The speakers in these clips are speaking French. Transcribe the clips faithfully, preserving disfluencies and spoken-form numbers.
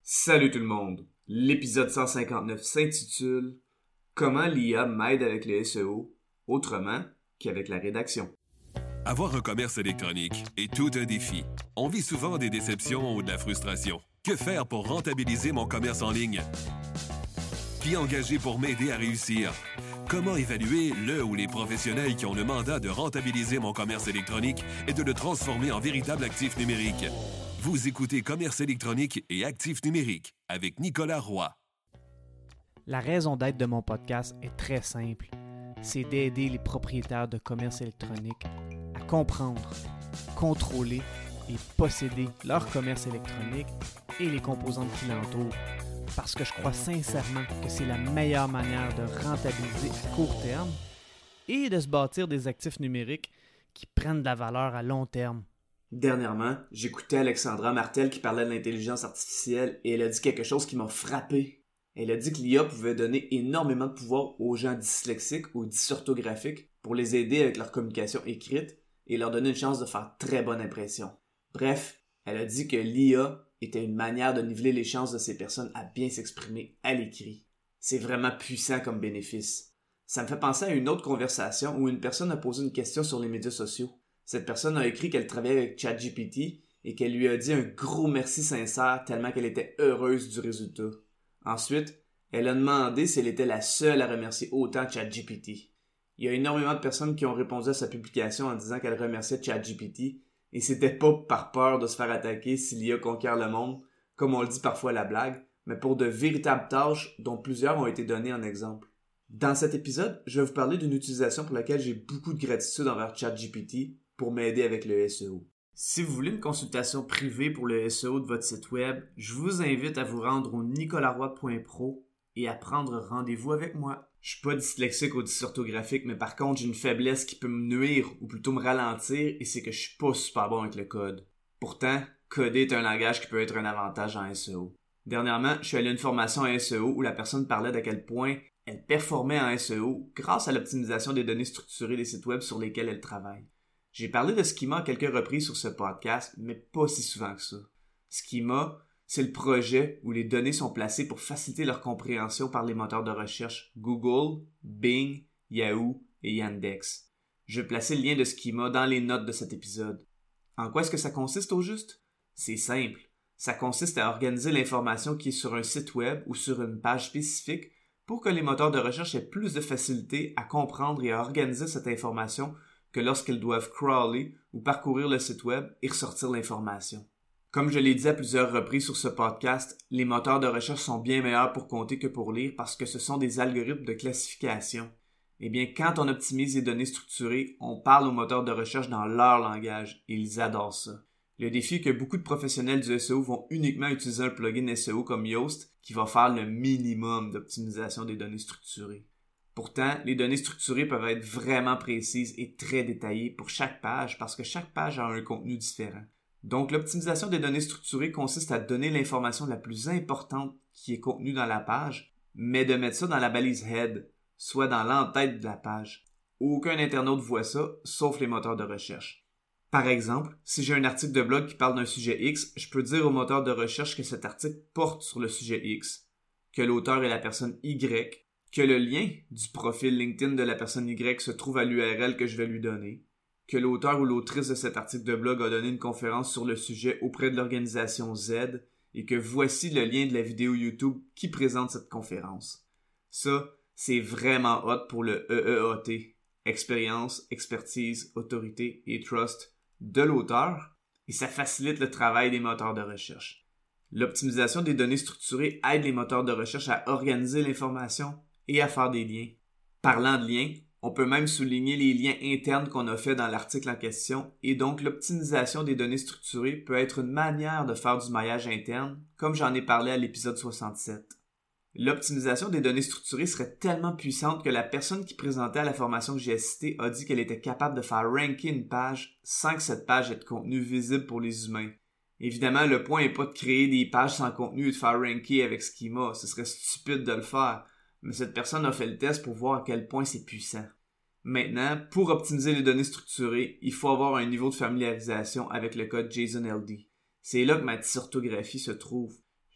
Salut tout le monde! L'épisode cent cinquante-neuf s'intitule « Comment l'I A m'aide avec le S E O, autrement qu'avec la rédaction ». Avoir un commerce électronique est tout un défi. On vit souvent des déceptions ou de la frustration. Que faire pour rentabiliser mon commerce en ligne? Qui engager pour m'aider à réussir? Comment évaluer le ou les professionnels qui ont le mandat de rentabiliser mon commerce électronique et de le transformer en véritable actif numérique? Vous écoutez Commerce électronique et actifs numériques avec Nicolas Roy. La raison d'être de mon podcast est très simple. C'est d'aider les propriétaires de commerce électronique à comprendre, contrôler et posséder leur commerce électronique et les composantes qui l'entourent. Parce que je crois sincèrement que c'est la meilleure manière de rentabiliser à court terme et de se bâtir des actifs numériques qui prennent de la valeur à long terme. Dernièrement, j'écoutais Alexandra Martel qui parlait de l'intelligence artificielle et elle a dit quelque chose qui m'a frappé. Elle a dit que l'I A pouvait donner énormément de pouvoir aux gens dyslexiques ou dysorthographiques pour les aider avec leur communication écrite et leur donner une chance de faire très bonne impression. Bref, elle a dit que l'I A était une manière de niveler les chances de ces personnes à bien s'exprimer à l'écrit. C'est vraiment puissant comme bénéfice. Ça me fait penser à une autre conversation où une personne a posé une question sur les médias sociaux. Cette personne a écrit qu'elle travaillait avec ChatGPT et qu'elle lui a dit un gros merci sincère tellement qu'elle était heureuse du résultat. Ensuite, elle a demandé si elle était la seule à remercier autant ChatGPT. Il y a énormément de personnes qui ont répondu à sa publication en disant qu'elle remerciait ChatGPT et c'était pas par peur de se faire attaquer si l'I A conquiert le monde, comme on le dit parfois à la blague, mais pour de véritables tâches dont plusieurs ont été données en exemple. Dans cet épisode, je vais vous parler d'une utilisation pour laquelle j'ai beaucoup de gratitude envers ChatGPT pour m'aider avec le S E O. Si vous voulez une consultation privée pour le S E O de votre site web, je vous invite à vous rendre au nicolasroy point pro et à prendre rendez-vous avec moi. Je suis pas dyslexique ou dysorthographique, mais par contre, j'ai une faiblesse qui peut me nuire ou plutôt me ralentir et c'est que je suis pas super bon avec le code. Pourtant, coder est un langage qui peut être un avantage en S E O. Dernièrement, je suis allé à une formation en S E O où la personne parlait d'à quel point elle performait en S E O grâce à l'optimisation des données structurées des sites web sur lesquels elle travaille. J'ai parlé de Schema à quelques reprises sur ce podcast, mais pas si souvent que ça. Schema, c'est le projet où les données sont placées pour faciliter leur compréhension par les moteurs de recherche Google, Bing, Yahoo et Yandex. Je vais placer le lien de Schema dans les notes de cet épisode. En quoi est-ce que ça consiste au juste? C'est simple. Ça consiste à organiser l'information qui est sur un site web ou sur une page spécifique pour que les moteurs de recherche aient plus de facilité à comprendre et à organiser cette information que lorsqu'ils doivent crawler ou parcourir le site web et ressortir l'information. Comme je l'ai dit à plusieurs reprises sur ce podcast, les moteurs de recherche sont bien meilleurs pour compter que pour lire parce que ce sont des algorithmes de classification. Eh bien, quand on optimise les données structurées, on parle aux moteurs de recherche dans leur langage et ils adorent ça. Le défi est que beaucoup de professionnels du S E O vont uniquement utiliser un plugin S E O comme Yoast qui va faire le minimum d'optimisation des données structurées. Pourtant, les données structurées peuvent être vraiment précises et très détaillées pour chaque page parce que chaque page a un contenu différent. Donc, l'optimisation des données structurées consiste à donner l'information la plus importante qui est contenue dans la page, mais de mettre ça dans la balise head, soit dans l'entête de la page. Aucun internaute voit ça, sauf les moteurs de recherche. Par exemple, si j'ai un article de blog qui parle d'un sujet X, je peux dire au moteur de recherche que cet article porte sur le sujet X, que l'auteur est la personne Y, que le lien du profil LinkedIn de la personne Y se trouve à l'U R L que je vais lui donner, que l'auteur ou l'autrice de cet article de blog a donné une conférence sur le sujet auprès de l'organisation Z et que voici le lien de la vidéo YouTube qui présente cette conférence. Ça, c'est vraiment hot pour le E E A T, expérience, expertise, autorité et trust de l'auteur et ça facilite le travail des moteurs de recherche. L'optimisation des données structurées aide les moteurs de recherche à organiser l'information et à faire des liens. Parlant de liens, on peut même souligner les liens internes qu'on a fait dans l'article en question et donc l'optimisation des données structurées peut être une manière de faire du maillage interne, comme j'en ai parlé à l'épisode soixante-sept. L'optimisation des données structurées serait tellement puissante que la personne qui présentait à la formation que j'ai citée a dit qu'elle était capable de faire ranker une page sans que cette page ait de contenu visible pour les humains. Évidemment, le point n'est pas de créer des pages sans contenu et de faire ranker avec Schema, ce serait stupide de le faire. Mais cette personne a fait le test pour voir à quel point c'est puissant. Maintenant, pour optimiser les données structurées, il faut avoir un niveau de familiarisation avec le code JSON-L D. C'est là que ma dysorthographie se trouve.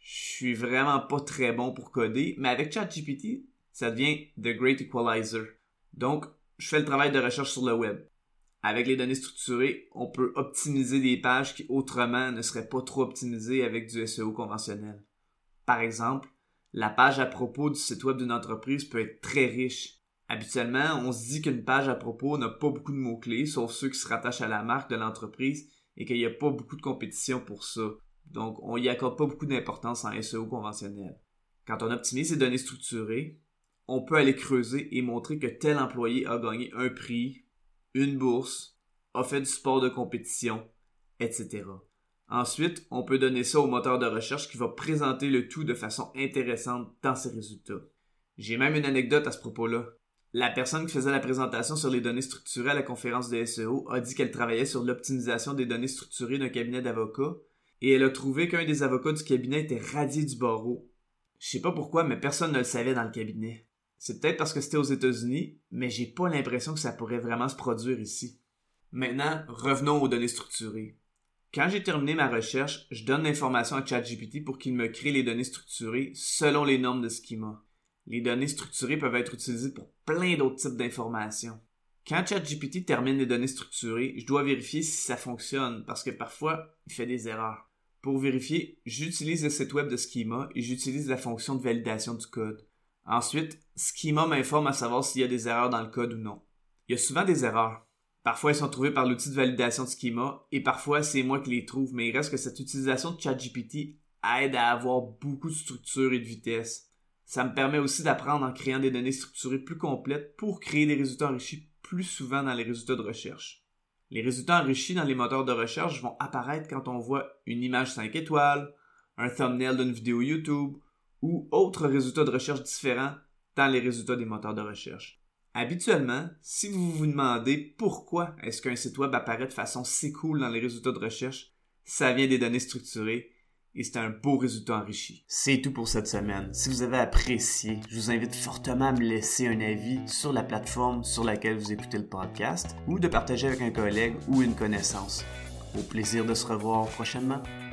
je suis vraiment pas très bon pour coder, mais avec ChatGPT, ça devient The Great Equalizer. Donc, je fais le travail de recherche sur le web. Avec les données structurées, on peut optimiser des pages qui autrement ne seraient pas trop optimisées avec du S E O conventionnel. Par exemple, la page à propos du site web d'une entreprise peut être très riche. Habituellement, on se dit qu'une page à propos n'a pas beaucoup de mots-clés, sauf ceux qui se rattachent à la marque de l'entreprise et qu'il n'y a pas beaucoup de compétition pour ça. Donc, on y accorde pas beaucoup d'importance en S E O conventionnel. Quand on optimise ces données structurées, on peut aller creuser et montrer que tel employé a gagné un prix, une bourse, a fait du sport de compétition, et cetera. Ensuite, on peut donner ça au moteur de recherche qui va présenter le tout de façon intéressante dans ses résultats. J'ai même une anecdote à ce propos-là. La personne qui faisait la présentation sur les données structurées à la conférence de S E O a dit qu'elle travaillait sur l'optimisation des données structurées d'un cabinet d'avocats et elle a trouvé qu'un des avocats du cabinet était radié du barreau. Je sais pas pourquoi, mais personne ne le savait dans le cabinet. C'est peut-être parce que c'était aux États-Unis, mais j'ai pas l'impression que ça pourrait vraiment se produire ici. Maintenant, revenons aux données structurées. Quand j'ai terminé ma recherche, je donne l'information à ChatGPT pour qu'il me crée les données structurées selon les normes de Schema. Les données structurées peuvent être utilisées pour plein d'autres types d'informations. Quand ChatGPT termine les données structurées, je dois vérifier si ça fonctionne parce que parfois, il fait des erreurs. Pour vérifier, j'utilise le site web de Schema et j'utilise la fonction de validation du code. Ensuite, Schema m'informe à savoir s'il y a des erreurs dans le code ou non. Il y a souvent des erreurs. Parfois, elles sont trouvées par l'outil de validation de Schema et parfois, c'est moi qui les trouve, mais il reste que cette utilisation de ChatGPT aide à avoir beaucoup de structure et de vitesse. Ça me permet aussi d'apprendre en créant des données structurées plus complètes pour créer des résultats enrichis plus souvent dans les résultats de recherche. Les résultats enrichis dans les moteurs de recherche vont apparaître quand on voit une image cinq étoiles, un thumbnail d'une vidéo YouTube ou autres résultats de recherche différents dans les résultats des moteurs de recherche. Habituellement, si vous vous demandez pourquoi est-ce qu'un site web apparaît de façon si cool dans les résultats de recherche, ça vient des données structurées et c'est un beau résultat enrichi. C'est tout pour cette semaine. Si vous avez apprécié, je vous invite fortement à me laisser un avis sur la plateforme sur laquelle vous écoutez le podcast ou de partager avec un collègue ou une connaissance. Au plaisir de se revoir prochainement.